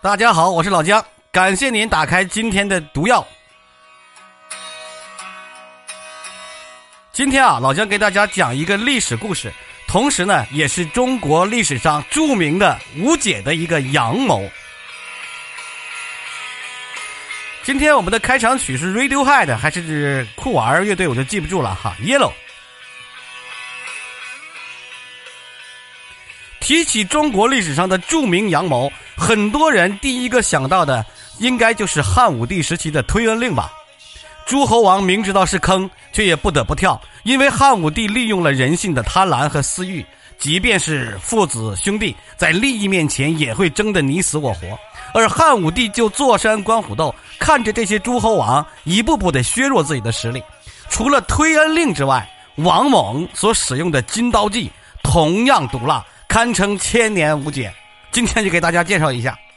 大家好，我是老姜，感谢您打开今天的毒药。今天老姜给大家讲一个历史故事，同时呢也是中国历史上著名的无解的一个阳谋。今天我们的开场曲是 Radiohead 还是酷玩儿乐队，我就记不住了哈。Yellow。提起中国历史上的著名阳谋，很多人第一个想到的应该就是汉武帝时期的推恩令吧。诸侯王明知道是坑，却也不得不跳，因为汉武帝利用了人性的贪婪和私欲，即便是父子兄弟，在利益面前也会争得你死我活。而汉武帝就坐山观虎斗，看着这些诸侯王一步步地削弱自己的实力。除了推恩令之外，王猛所使用的金刀计同样毒辣，堪称千年无解。今天就给大家介绍一下。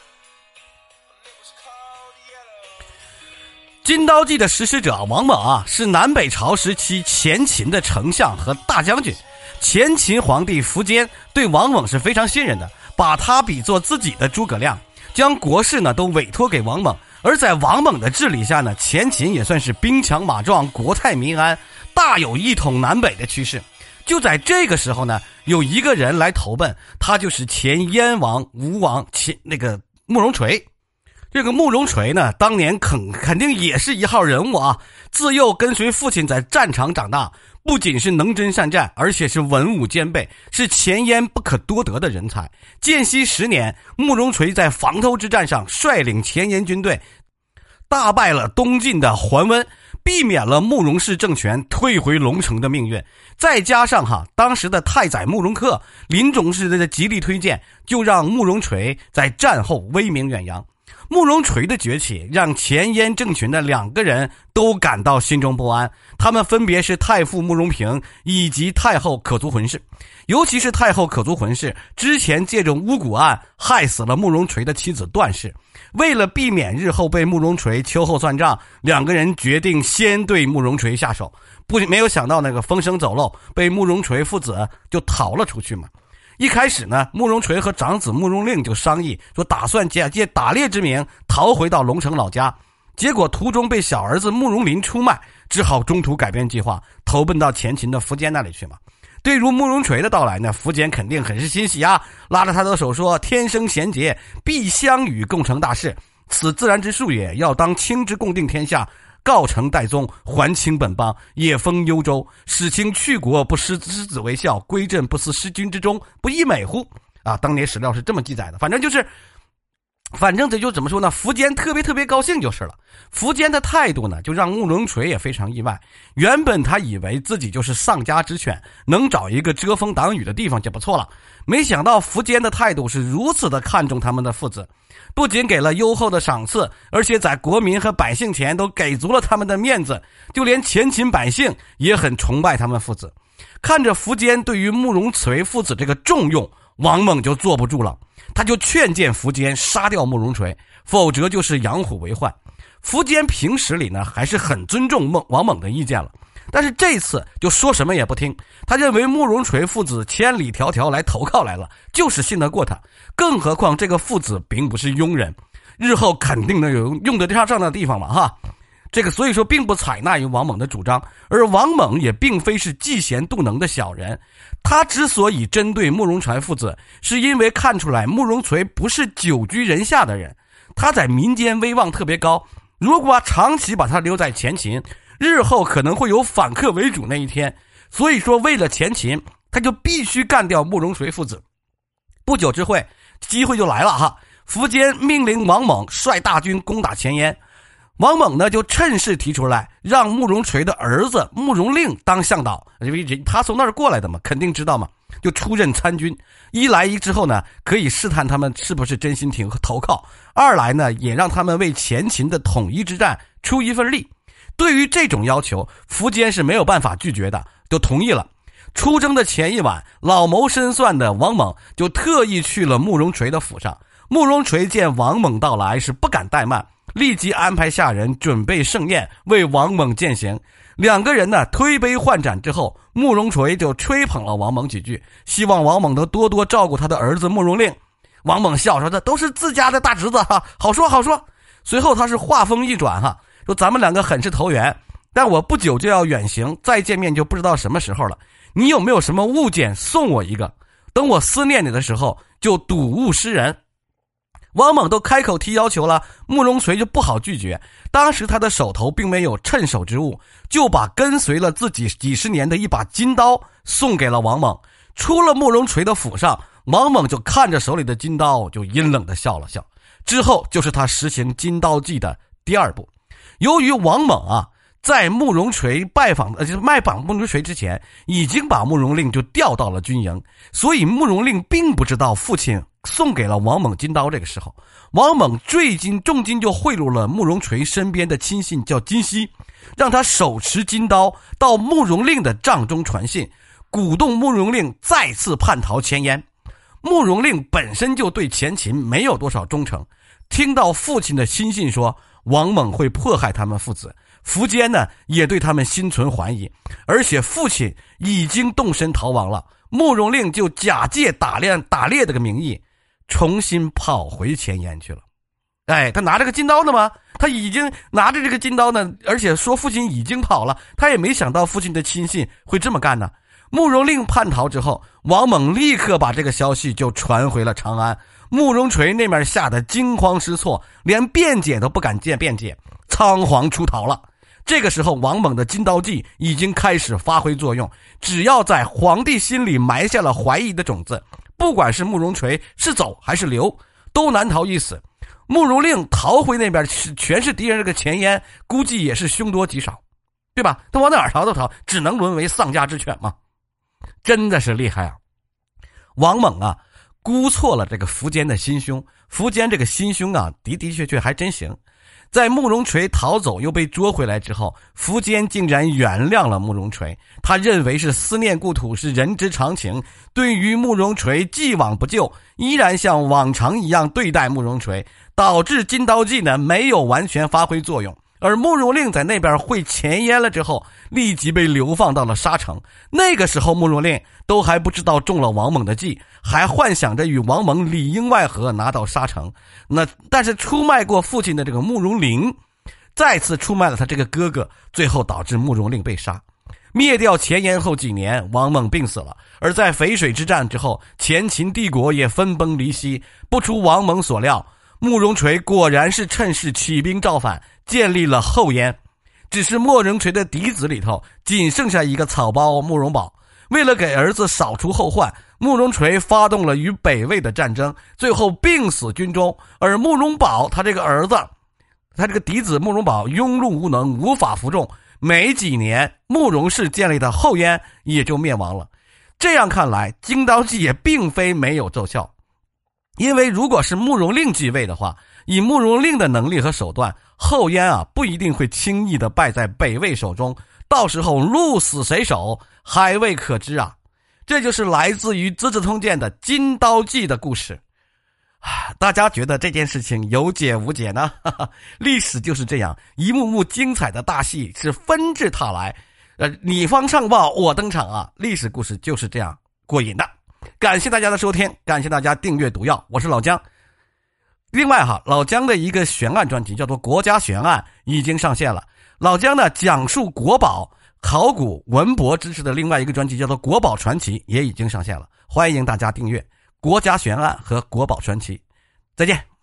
金刀计的实施者王猛是南北朝时期前秦的丞相和大将军。前秦皇帝苻坚对王猛是非常信任的，把他比作自己的诸葛亮，将国事呢都委托给王猛。而在王猛的治理下呢，前秦也算是兵强马壮，国泰民安，大有一统南北的趋势。就在这个时候呢，有一个人来投奔，他就是前燕王吴王慕容垂。这个慕容垂呢，当年肯定也是一号人物自幼跟随父亲在战场长大，不仅是能征善战，而且是文武兼备，是前燕不可多得的人才。建熙10年，慕容垂在房头之战上率领前燕军队大败了东晋的桓温，避免了慕容氏政权退回龙城的命运。再加上当时的太宰慕容恪临终时的极力推荐，就让慕容垂在战后威名远扬。慕容垂的崛起让前燕政权的2个人都感到心中不安，他们分别是太傅慕容平以及太后可族浑氏。尤其是太后可族浑氏之前借着巫蛊案害死了慕容垂的妻子段氏，为了避免日后被慕容垂秋后算账，2个人决定先对慕容垂下手。没有想到那个风声走漏，被慕容垂父子就逃了出去嘛。一开始呢，慕容垂和长子慕容令就商议说，打算借打猎之名逃回到龙城老家，结果途中被小儿子慕容林出卖，只好中途改变计划，投奔到前秦的苻坚那里去嘛。对于慕容垂的到来呢，苻坚肯定很是欣喜拉着他的手说，天生贤杰，必相与共成大事，此自然之术也，要当卿之共定天下，告成代宗，还清本邦，也封幽州，使卿去国不失之子为孝，归镇不思失君之忠，不亦美乎？当年史料是这么记载的。反正这就怎么说呢，苻坚特别高兴就是了。苻坚的态度呢，就让慕容垂也非常意外。原本他以为自己就是丧家之犬，能找一个遮风挡雨的地方就不错了，没想到苻坚的态度是如此的看重他们的父子，不仅给了优厚的赏赐，而且在国民和百姓前都给足了他们的面子，就连前秦百姓也很崇拜他们父子。看着苻坚对于慕容垂父子这个重用，王猛就坐不住了，他就劝谏苻坚杀掉慕容垂，否则就是养虎为患。苻坚平时里呢还是很尊重王猛的意见了，但是这次就说什么也不听。他认为慕容垂父子千里迢迢来投靠来了，就是信得过他，更何况这个父子并不是庸人，日后肯定能有用得上的地方嘛所以说并不采纳于王猛的主张。而王猛也并非是嫉贤妒能的小人，他之所以针对慕容垂父子，是因为看出来慕容垂不是久居人下的人，他在民间威望特别高，如果长期把他留在前秦，日后可能会有反客为主那一天。所以说为了前秦，他就必须干掉慕容垂父子。不久之后机会就来了苻坚命令王猛率大军攻打前燕。王猛呢就趁势提出来，让慕容垂的儿子慕容令当向导，因为他从那儿过来的嘛，肯定知道嘛，就出任参军。一来之后呢，可以试探他们是不是真心投靠；二来呢，也让他们为前秦的统一之战出一份力。对于这种要求，苻坚是没有办法拒绝的，就同意了。出征的前一晚，老谋深算的王猛就特意去了慕容垂的府上。慕容垂见王猛到来是不敢怠慢，立即安排下人准备盛宴为王猛饯行。2个人呢推杯换盏之后，慕容垂就吹捧了王猛几句，希望王猛能多多照顾他的儿子慕容令。 王猛笑说：“这都是自家的大侄子哈，好说好说。”随后他是话锋一转哈，说：“咱们两个很是投缘，但我不久就要远行，再见面就不知道什么时候了。你有没有什么物件送我一个？等我思念你的时候，就睹物思人。”王猛都开口提要求了，慕容垂就不好拒绝。当时他的手头并没有趁手之物，就把跟随了自己几十年的一把金刀送给了王猛。出了慕容垂的府上，王猛就看着手里的金刀，就阴冷地笑了笑。之后就是他实行金刀计的第二步。由于王猛在慕容垂拜访慕容垂之前，已经把慕容令就调到了军营，所以慕容令并不知道父亲送给了王猛金刀。这个时候，王猛重金就贿赂了慕容垂身边的亲信叫金熙，让他手持金刀到慕容令的帐中传信，鼓动慕容令再次叛逃前燕。慕容令本身就对前秦没有多少忠诚，听到父亲的亲信说王猛会迫害他们父子，苻坚呢也对他们心存怀疑，而且父亲已经动身逃亡了。慕容令就假借打猎这个名义，重新跑回前燕去了。他拿着个金刀呢吗？他已经拿着这个金刀呢，而且说父亲已经跑了，他也没想到父亲的亲信会这么干呢。慕容令叛逃之后，王猛立刻把这个消息就传回了长安。慕容垂那边吓得惊慌失措，连辩解都不敢辩解，仓皇出逃了。这个时候，王猛的金刀计已经开始发挥作用，只要在皇帝心里埋下了怀疑的种子，不管是慕容垂是走还是留，都难逃一死。慕容令逃回那边全是敌人，这个前燕估计也是凶多吉少，对吧？他往哪儿逃都逃，只能沦为丧家之犬嘛。真的是厉害啊！王猛估错了这个苻坚的心胸，苻坚这个心胸的确还真行。在慕容垂逃走又被捉回来之后，苻坚竟然原谅了慕容垂，他认为是思念故土是人之常情，对于慕容垂既往不咎，依然像往常一样对待慕容垂，导致金刀计呢没有完全发挥作用。而慕容令在那边会前燕了之后，立即被流放到了沙城。那个时候慕容令都还不知道中了王猛的计，还幻想着与王猛里应外合拿到沙城。但是出卖过父亲的这个慕容麟再次出卖了他这个哥哥，最后导致慕容令被杀。灭掉前燕后几年，王猛病死了，而在淝水之战之后，前秦帝国也分崩离析。不出王猛所料，慕容垂果然是趁势起兵造反，建立了后燕。只是慕容垂的嫡子里头仅剩下一个草包慕容宝，为了给儿子扫除后患，慕容垂发动了与北魏的战争，最后病死军中。而慕容宝他这个儿子，他这个嫡子慕容宝庸碌无能，无法服众，没几年慕容氏建立的后燕也就灭亡了。这样看来，金刀计也并非没有奏效，因为如果是慕容令继位的话，以慕容令的能力和手段，后燕不一定会轻易的败在北魏手中，到时候鹿死谁手还未可知啊。这就是来自于《资治通鉴》的金刀计的故事。大家觉得这件事情有解无解呢？历史就是这样，一幕幕精彩的大戏是纷至沓来，你方唱罢我登场历史故事就是这样过瘾的。感谢大家的收听，感谢大家订阅毒药，我是老姜。另外老姜的一个悬案专辑叫做《国家悬案》已经上线了。老姜呢讲述国宝考古文博知识的另外一个专辑叫做《国宝传奇》也已经上线了，欢迎大家订阅《国家悬案》和《国宝传奇》。再见。